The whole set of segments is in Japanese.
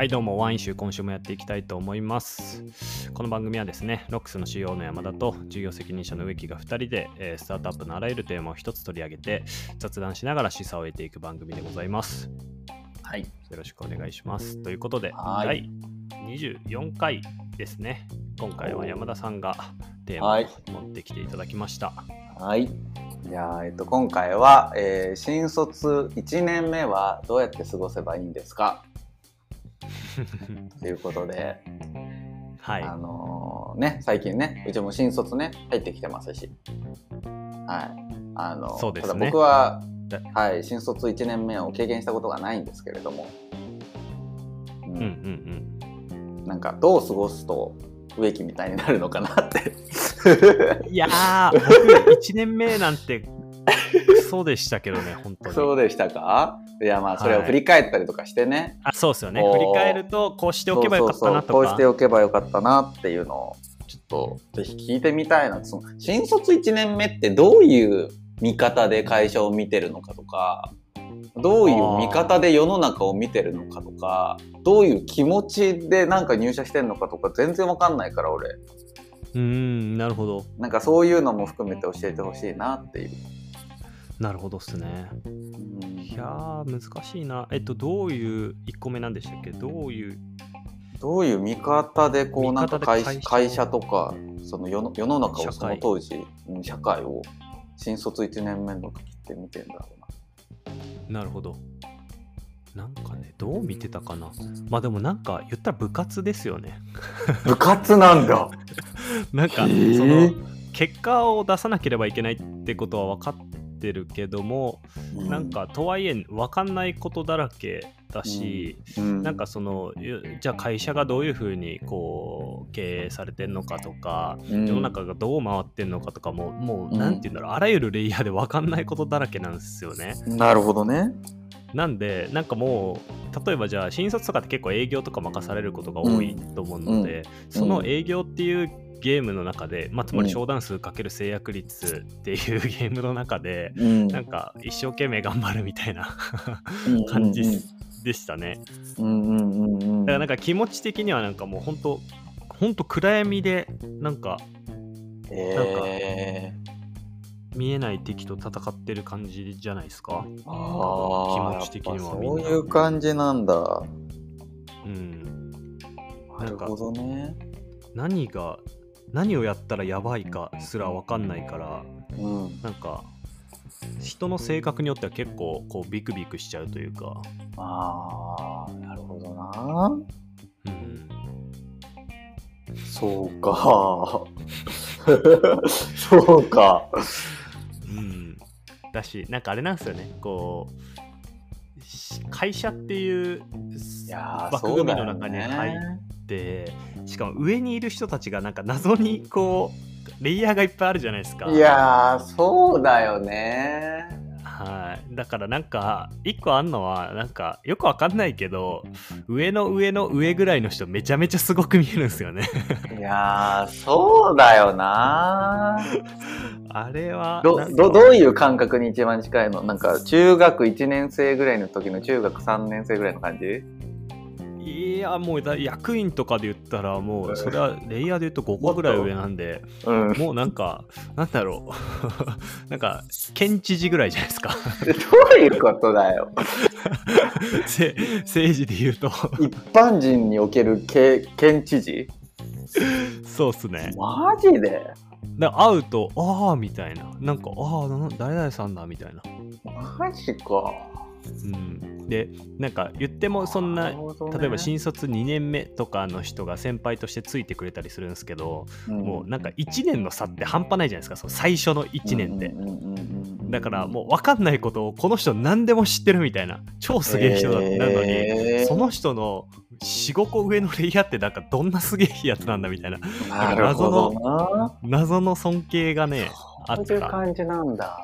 はいどうもワイン集今週もやっていきたいと思います。この番組はですねロックスの CEO の山田と事業責任者の植木が2人で、スタートアップのあらゆるテーマを一つ取り上げて雑談しながら示唆を得ていく番組でございます。 はい、 よろしくお願いします。ということではい第24回ですね。今回は山田さんがテーマを持ってきていただきました。 はい、じゃあ、今回は、新卒1年目はどうやって過ごせばいいんですかということで、 はい最近ねうちも新卒ね入ってきてますし、はいそうですね、 ただ僕は、はい、新卒1年目を経験したことがないんですけれども、なんかどう過ごすと植木みたいになるのかなっていやー僕1年目なんてクソでしたけどね本当に。 そうでしたか？いやまあそれを振り返ったりとかしてね、 そうですよね。振り返るとこうしておけばよかったなとか、 こうしておけばよかったなっていうのをちょっとぜひ聞いてみたいな。その新卒1年目ってどういう見方で会社を見てるのかとか、どういう見方で世の中を見てるのかとか、どういう気持ちでなんか入社してんのかとか全然わかんないから俺。 なるほど。 なんかそういうのも含めて教えてほしいなっていう。 なるほどっすね。いやー難しいな。どういう1個目なんでしたっけ？どういう見方でこうなんか会社とかその世の中をその当時社会を新卒1年目の時って見てんだろうな。なるほど。なんかねどう見てたかな。まあでもなんか言ったら部活ですよね。 部活なんだ。 なんかその結果を出さなければいけないってことは分かってるけども、なんかとはいえ分かんないことだらけだし、なんかそのじゃあ会社がどういうふうにこう経営されてんのかとか、世の中がどう回ってんのかとかもうなんていうんだろう、あらゆるレイヤーで分かんないことだらけなんですよね。 なるほどね。 なんでなんかもう例えばじゃあ新卒とかって結構営業とか任されることが多いと思うので、その営業っていうゲームの中で、つまり商談数×制約率っていうゲームの中で、なんか一生懸命頑張るみたいな感じでしたね。だからなんか気持ち的にはなんかもうほんと暗闇でなんか見えない敵と戦ってる感じじゃないですか。気持ち的にはみんなそういう感じなんだ。なるほどね。 何をやったらやばいかすら分かんないから、なんか人の性格によっては結構こうビクビクしちゃうというか。 なるほどな。そうかそうか。 だしなんかあれなんですよね、こう会社っていう枠組みの中に入って、しかも上にいる人たちがなんか謎にこうレイヤーがいっぱいあるじゃないですか。 いやーそうだよね。 だからなんか一個あんのはなんかよくわかんないけど上の上ぐらいの人めちゃめちゃすごく見えるんですよね。 いやーそうだよな。 あれはどういう感覚に一番近いの？なんか中学1年生ぐらいの時の中学3年生ぐらいの感じ？ いやもう役員とかで言ったらもうそれはレイヤーで言うと5個ぐらい上なんで、もうなんかなんだろうなんか県知事ぐらいじゃないですか。 どういうことだよ。 政治で言うと一般人における県知事？ そうっすね。 マジで？ 会うとみたいな、なんか誰々さんだみたいな。 マジか。 でなんか言ってもそんな、例えば新卒2年目とかの人が先輩としてついてくれたりするんですけど、もうなんか1年の差って半端ないじゃないですか、その最初の1年って、だからもう分かんないことをこの人何でも知ってるみたいな超すげえ人なのに、その人の 4,5 個上のレイヤーってなんかどんなすげえやつなんだみたいな、 なるほどな。 謎の尊敬がねあった。 そういう感じなんだ。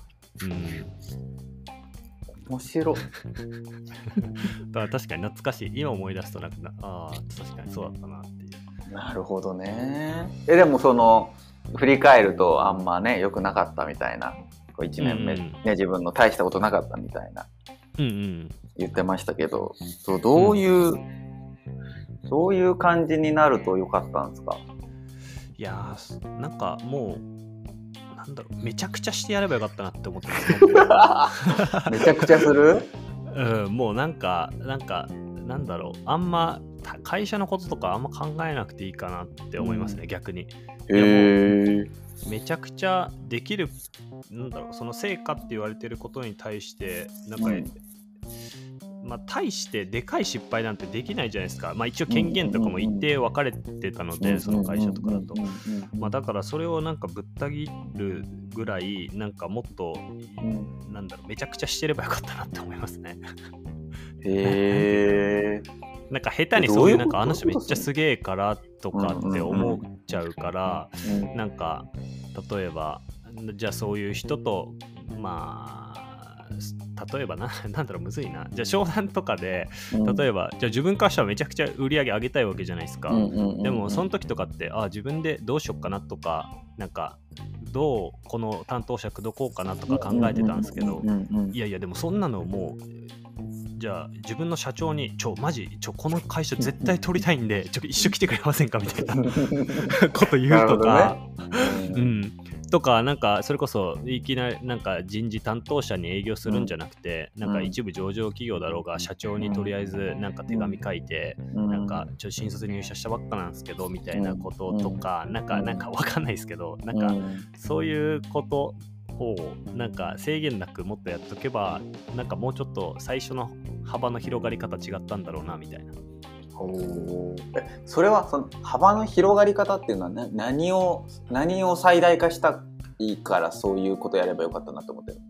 面白い。 だから確かに懐かしい。今思い出すとなんか確かにそうだったなっていう。 なるほどね。でもその振り返るとあんまね良くなかったみたいな、1年目、自分の大したことなかったみたいな、言ってましたけど、どういうそういう感じになるとよかったんですか？ いやー、なんかもうなんだろう、めちゃくちゃしてやればよかったなって思ってますめちゃくちゃするうん、もうなんかなんだろう、あんま会社のこととかあんま考えなくていいかなって思いますね、逆に。めちゃくちゃできる、なんだろう、その成果って言われてることに対してなんか、まあ対してでかい失敗なんてできないじゃないですか。まあ一応権限とかも一定分かれてたので、その会社とかだと、まあだからそれをなんかぶった切るぐらいなんかもっと、なんだろう、めちゃくちゃしてればよかったなって思いますね。 へえ。 なんか下手にそういうなんかあの人めっちゃすげえからとかって思っちゃうから、なんか例えばじゃあそういう人とまあ例えばなんだろう、むずいな。じゃあ商談とかで例えばじゃあ自分からしたらめちゃくちゃ売り上げ上げたいわけじゃないですか。でもその時とかって自分でどうしよっかなとか、なんかどうこの担当者口説こうかなとか考えてたんですけど、いやいやでもそんなのもうじゃあ自分の社長にマジこの会社絶対取りたいんで一緒来てくれませんかみたいなこと言うとか、とかなんかそれこそいきなりなんか人事担当者に営業するんじゃなくて、なんか一部上場企業だろうが社長にとりあえずなんか手紙書いて、なんか新卒入社したばっかなんですけどみたいなこととか、なんかわかんないですけど、なんかそういうことをなんか制限なくもっとやっとけば、なんかもうちょっと最初の幅の広がり方違ったんだろうなみたいな。 それはその幅の広がり方っていうのは何を最大化したいからそういうことやればよかったなと思ってる。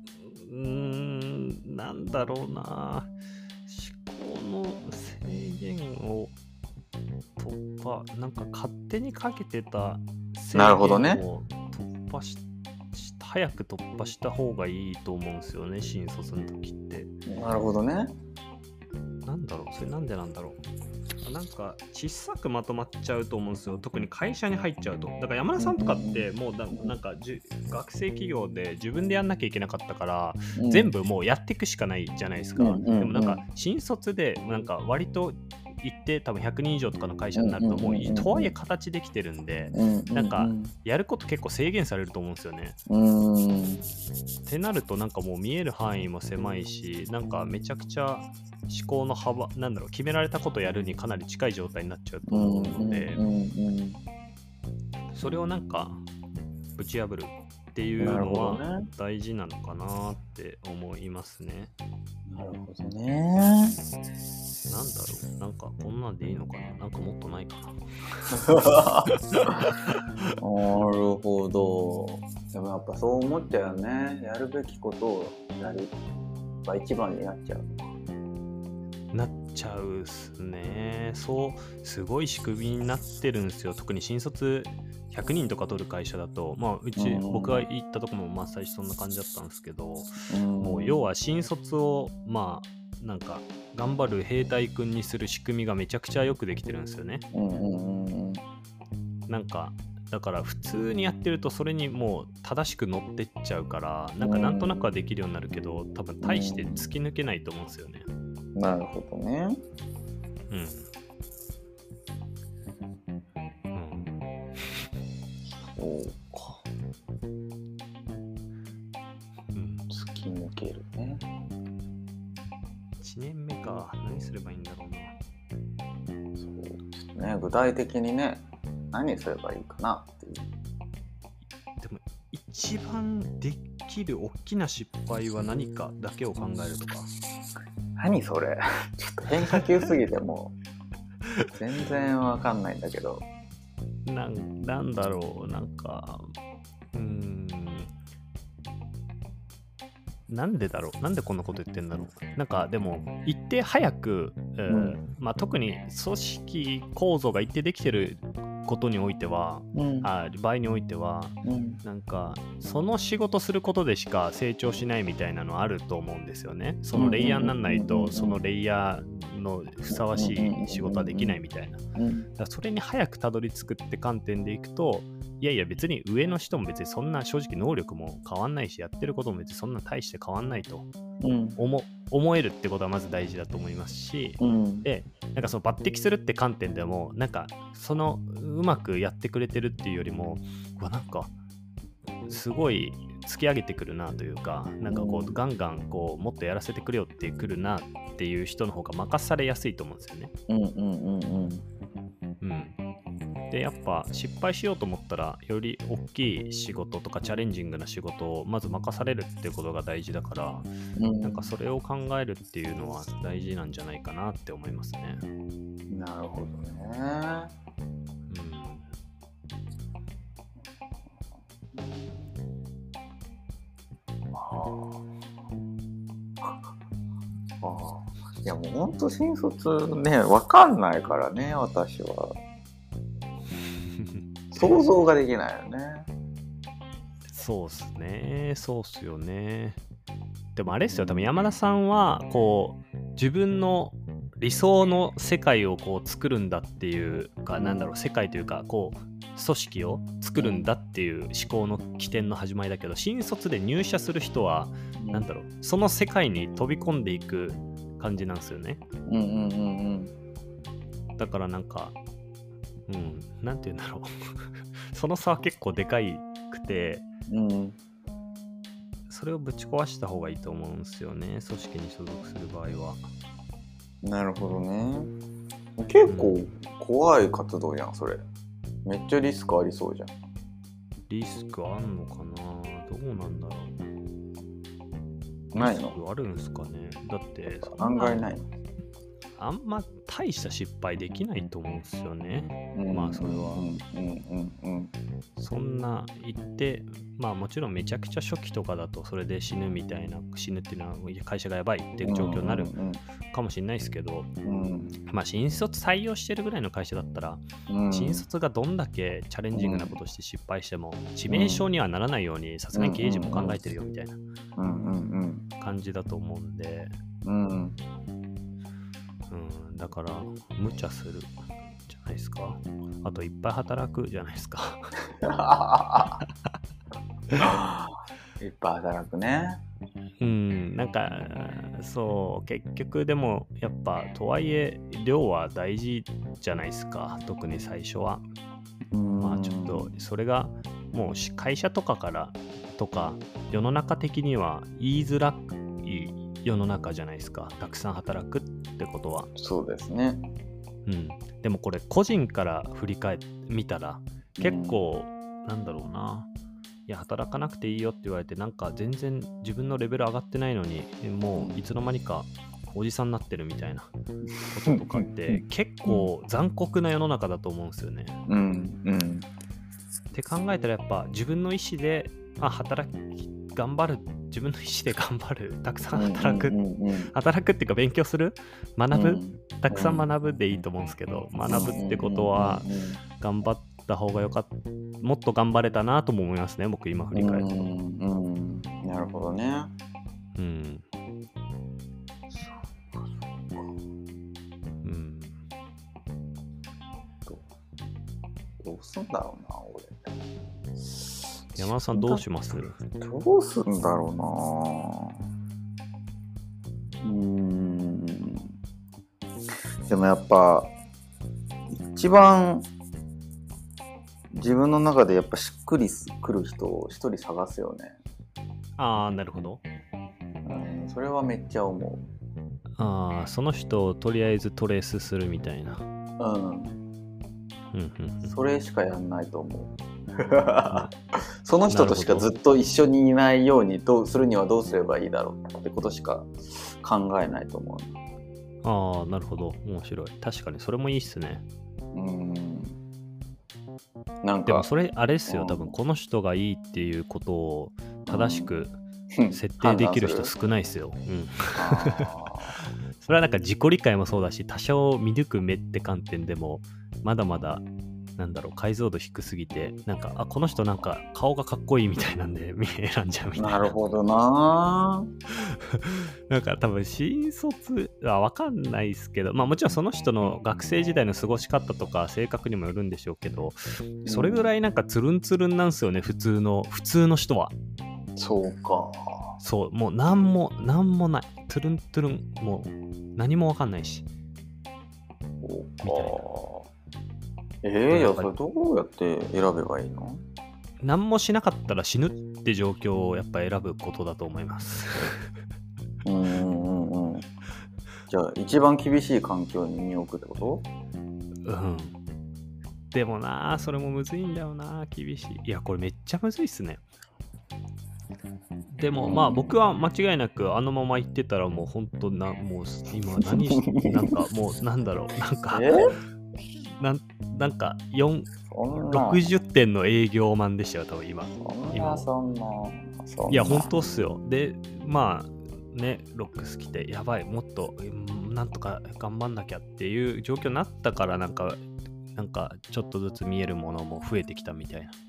なんだろうな、思考の制限を突破、なんか勝手にかけてた制限を突破して早く突破した方がいいと思うんですよね、新卒の時って。 なるほどね。 なんだろう、それなんでなんだろう。なんか小さくまとまっちゃうと思うんですよ、特に会社に入っちゃうと。だから山田さんとかってもうなんか学生企業で自分でやんなきゃいけなかったから、全部もうやっていくしかないじゃないですか。でもなんか新卒でなんか割と行って多分100人以上とかの会社になるともうとはいえ形できてるんで、なんかやること結構制限されると思うんですよね。ってなるとなんかもう見える範囲も狭いし、なんかめちゃくちゃ思考の幅、なんだろう、決められたことやるにかなり近い状態になっちゃうと思うので、それをなんかぶち破るっていうのは大事なのかなって思いますね。 なるほどね。 なんだろう、なんかこんなんでいいのかな、なんかもっとないかな。 なるほど。でもやっぱそう思っちゃうよね。やるべきことをやるが一番になっちゃう。 なっちゃうっすね。そうすごい仕組みになってるんですよ。特に新卒100人とか取る会社だと、まあ僕が行ったとこもまあ最初そんな感じだったんですけど、もう要は新卒をまあなんか頑張る兵隊君にする仕組みがめちゃくちゃよくできてるんですよね。なんかだから普通にやってるとそれにもう正しく乗ってっちゃうから、なんとなくはできるようになるけど、多分大して突き抜けないと思うんですよね。 なるほどね。そうか。突き抜けるね。 1年目か、何すればいいんだろうな。 そうですね、具体的にね、何すればいいかなっていう。 でも一番できる大きな失敗は何かだけを考えるとか。 何それちょっと変化球すぎてもう全然わかんないんだけど。 なんだろう、なんかなんでだろう、なんでこんなこと言ってんだろう。なんかでも一定早く、まあ、特に組織構造が一定できてることにおいては、場合においては、なんかその仕事することでしか成長しないみたいなのあると思うんですよね。そのレイヤーにならないとそのレイヤーのふさわしい仕事はできないみたいな。だからそれに早くたどり着くって観点でいくと、いやいや別に上の人も別にそんな正直能力も変わんないし、やってることも別にそんな大して変わんないと思えるってことはまず大事だと思いますし、でなんかその抜擢するって観点でもなんかそのうまくやってくれてるっていうよりも、なんかすごい突き上げてくるなというか、なんかこうガンガンこうもっとやらせてくれよってくるなっていう人の方が任されやすいと思うんですよね。でやっぱ失敗しようと思ったらより大きい仕事とかチャレンジングな仕事をまず任されるってことが大事だから、なんかそれを考えるっていうのは大事なんじゃないかなって思いますね。 なるほどね。いやもうほんと新卒ね分かんないからね、私は想像ができないよね。 そうっすね、そうっすよね。でもあれっすよ、多分山田さんはこう自分の理想の世界をこう作るんだっていうか、なんだろう、世界というかこう組織を作るんだっていう思考の起点の始まりだけど、新卒で入社する人はなんだろう、その世界に飛び込んでいく感じなんですよね。だからなんかなんていうんだろうその差は結構でかいくて、それをぶち壊した方がいいと思うんですよね、組織に所属する場合は。 なるほどね。結構怖い活動やんそれ。めっちゃリスクありそうじゃん。 リスクあんのかな、どうなんだろう。 ないの？ リスクあるんすかね。だって案外ない。 あんま大した失敗できないと思うんですよね。まあそれはそんな言って、まあもちろんめちゃくちゃ初期とかだとそれで死ぬみたいな、死ぬっていうのは会社がやばいっていう状況になるかもしれないですけど、まあ新卒採用してるぐらいの会社だったら、新卒がどんだけチャレンジングなことして失敗しても致命傷にはならないようにさすがに経営陣も考えてるよみたいな感じだと思うんで、だから無茶するじゃないですか。あといっぱい働くじゃないですかいっぱい働くね。 なんかそう結局でもやっぱとはいえ量は大事じゃないですか、特に最初は。まあちょっとそれがもう会社とかからとか世の中的には言いづらい世の中じゃないですか、たくさん働くってことは。 そうですね。 でもこれ個人から振り返ってみたら結構なんだろうな、いや働かなくていいよって言われてなんか全然自分のレベル上がってないのにもういつの間にかおじさんになってるみたいなこととかって結構残酷な世の中だと思うんですよね。って考えたらやっぱ自分の意思で頑張る、自分の意思で頑張る、たくさん働くっていうか勉強する、学ぶ、たくさん学ぶでいいと思うんですけど、学ぶってことは頑張った方がもっと頑張れたなとも思いますね、僕今振り返ると。 なるほどね。どうすんだろうな俺。 山田さんどうします？ どうすんだろうな。でもやっぱ一番自分の中でやっぱしっくりくる人を一人探すよね。 なるほど。 それはめっちゃ思う。その人をとりあえずトレースするみたいな。 それしかやんないと思うその人としかずっと一緒にいないようにするにはどうすればいいだろうってことしか考えないと思う。なるほど、面白い。確かにそれもいいっすね。なんかでもそれあれっすよ、多分この人がいいっていうことを正しく設定できる人少ないっすよ。それはなんか自己理解もそうだし、他者を見抜く目って観点でもまだまだなんだろう、解像度低すぎて、なんか、あ、この人なんか顔がかっこいいみたいなんで選んじゃうみたいな。 なるほどな。 なんか多分新卒は分かんないですけど、まあもちろんその人の学生時代の過ごし方とか性格にもよるんでしょうけど、それぐらいなんかつるんつるんなんすよね、普通の人は。 そうか。 そう、もうなんもない。トゥルントゥルン、もう何も分かんないし。 そうか。じゃあそれどうやって選べばいいの？ 何もしなかったら死ぬって状況をやっぱ選ぶことだと思います。 じゃあ一番厳しい環境に身を置くってこと？ うん。でもなあ、それもむずいんだよな、厳しい。いや、これめっちゃむずいっすね。でもまあ僕は間違いなくあのまま行ってたらもう本当もう今何しなんかもうなんだろう、なんかなんか60点の営業マンでしたよ多分今。 そんな。 いや本当っすよ。でまあね、ロックス来てやばい、もっとなんとか頑張んなきゃっていう状況になったから、なんかちょっとずつ見えるものも増えてきたみたいな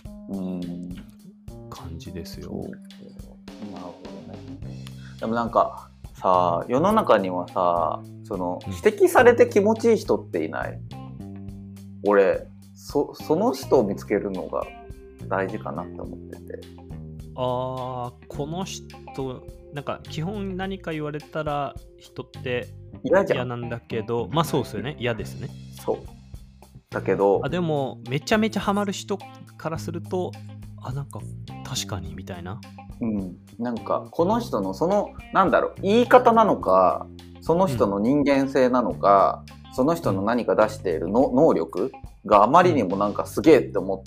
感じですよ。 なるほどね。でもなんかさ、世の中にはさ、その指摘されて気持ちいい人っていない？俺その人を見つけるのが大事かなって思ってて。 この人なんか基本何か言われたら人って嫌なんだけど、まあそうですよね、嫌ですね。 そうだけどでもめちゃめちゃハマる人からするとなんか確かにみたいな。 なんかこの人のそのなんだろう、言い方なのか、その人の人間性なのか、その人の何か出しているの能力があまりにもなんかすげえって思って、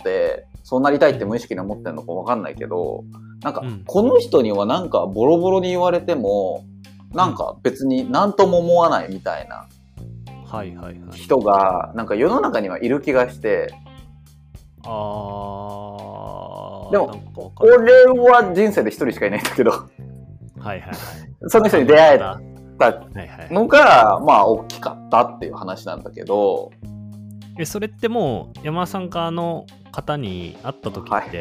そうなりたいって無意識に思ってるのか分かんないけど、なんかこの人にはなんかボロボロに言われてもなんか別に何とも思わないみたいな人がなんか世の中にはいる気がして。でも俺は人生で一人しかいないんだけどその人に出会えたのがまあ大きかったっていう話なんだけど、 それってもう山田さんがの方に会った時って、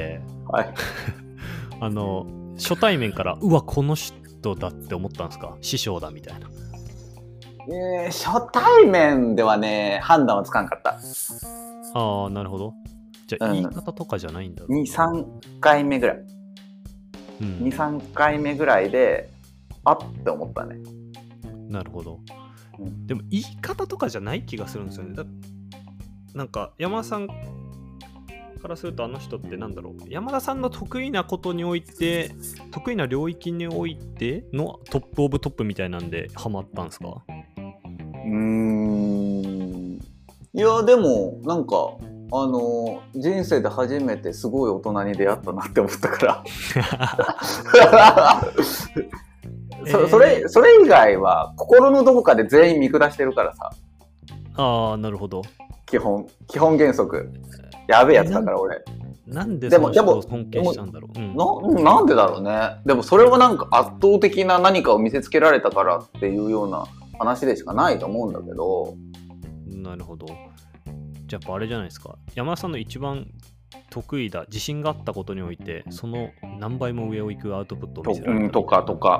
初対面からうわこの人だって思ったんですか？師匠だみたいな。 初対面ではね判断はつかんかった。 なるほど。じゃあ言い方とかじゃないんだろう。 2,3 回目ぐらい、2,3 回目ぐらいでって思ったね。 なるほど。でも言い方とかじゃない気がするんですよね。なんか山田さんからするとあの人ってなんだろう、山田さんの得意なことにおいて、得意な領域においてのトップオブトップみたいなんでハマったんですか？ いやでもなんか人生で初めてすごい大人に出会ったなって思ったからそれ以外は心のどこかで全員見下してるからさ。 なるほど。 基本原則やべえやつだから俺。 なんでその人を尊敬したんだろう。 なんでだろうね。でもそれはなんか圧倒的な何かを見せつけられたからっていうような話でしかないと思うんだけど。 なるほど。じゃあやっぱあれじゃないですか。山田さんの一番得意だ、自信があったことにおいてその何倍も上を行くアウトプットを見せられたとか。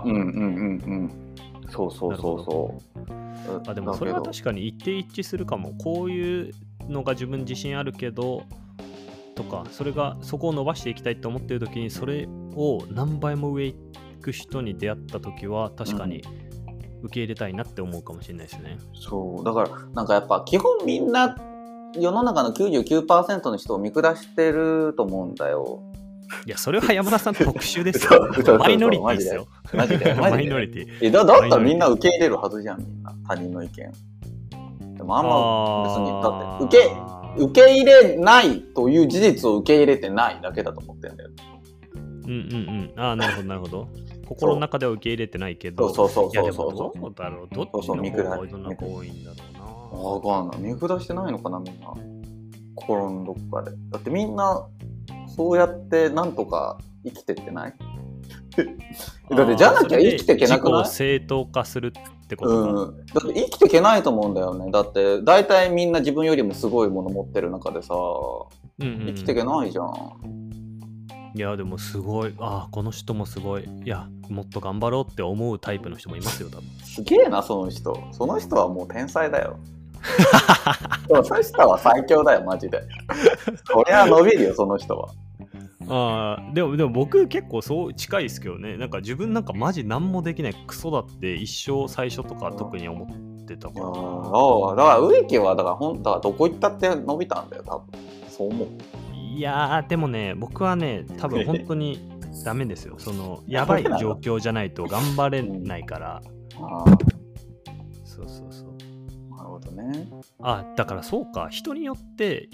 そうでもそれは確かに一定一致するかも。こういうのが自分自信あるけどとか、そこを伸ばしていきたいと思っている時にそれを何倍も上行く人に出会った時は確かに受け入れたいなって思うかもしれないですね。 そうだからなんかやっぱ基本みんな世の中の 99% の人を見下してると思うんだよ。 いやそれは山田さん特殊ですよ。マイノリティですよ。 マジでマイノリティ。 だったらみんな受け入れるはずじゃん、みんな他人の意見。でもあんま別にだって受け入れないという事実を受け入れてないだけだと思ってるんだよ。 なるほどなるほど。心の中では受け入れてないけど。 そういやでもどうだろう、どっちの方が多いんだろうな。 わかんない。見下してないのかなみんな。心のどこかで。だってみんなそうやってなんとか生きてってない？ だってじゃなきゃ生きていけなくない？ 自己を正当化するってことか。 だって生きていけないと思うんだよね。だって大体みんな自分よりもすごいもの持ってる中でさ、生きていけないじゃん。 いやでもすごい、この人もすごい、いやもっと頑張ろうって思うタイプの人もいますよ多分。 すげえなその人はもう天才だよ。その人は最強だよマジで。そりゃ伸びるよその人は。 でも僕結構そう近いですけどね。なんか自分なんかマジ何もできないクソだって一生最初とか特に思ってたから。だから植木はだから本当はどこ行ったって伸びたんだよ多分。そう思う。 いやでもね僕はね多分本当にダメですよ。そのやばい状況じゃないと頑張れないから。そう。 なるほどね。 だからそうか、人によって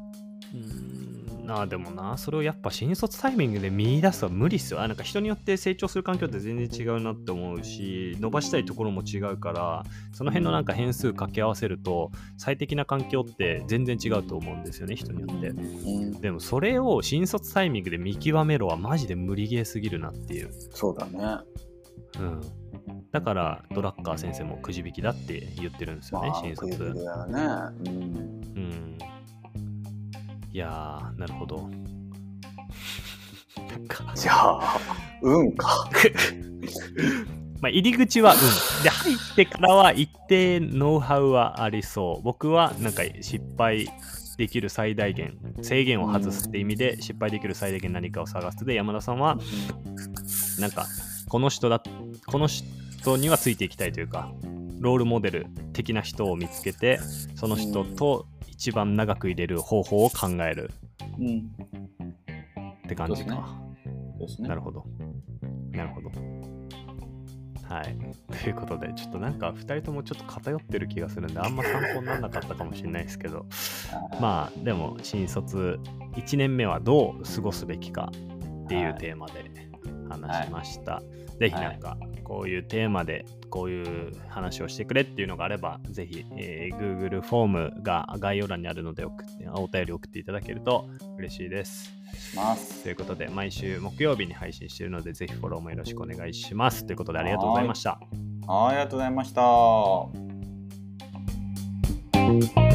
でもな、それをやっぱ新卒タイミングで見出すは無理っすよ。なんか人によって成長する環境って全然違うなって思うし、伸ばしたいところも違うから、その辺のなんか変数掛け合わせると最適な環境って全然違うと思うんですよね、人によって。でもそれを新卒タイミングで見極めろはマジで無理ゲーすぎるなっていう。 そうだね。 だからドラッカー先生もくじ引きだって言ってるんですよね、新卒。 くじ引きだよね。 いやなるほど。 じゃあ運か。 入り口は運で、入ってからは一定ノウハウはありそう。僕はなんか失敗できる最大限、制限を外すって意味で失敗できる最大限何かを探すで、山田さんはなんかこの人にはついていきたいというか、ロールモデル的な人を見つけて、その人と一番長く入れる方法を考えるって感じか。 ですね。 なるほど。はい。ということで、ちょっとなんか2人ともちょっと偏ってる気がするんで、あんま参考にならなかったかもしれないですけど、でも新卒1年目はどう過ごすべきかっていうテーマで話しました。ぜひなんかこういうテーマでこういう話をしてくれっていうのがあれば、ぜひ、Google フォームが概要欄にあるのでお便り送っていただけると嬉しいです。ということで、毎週木曜日に配信しているので、ぜひフォローもよろしくお願いします。ということで、ありがとうございました。 ありがとうございました。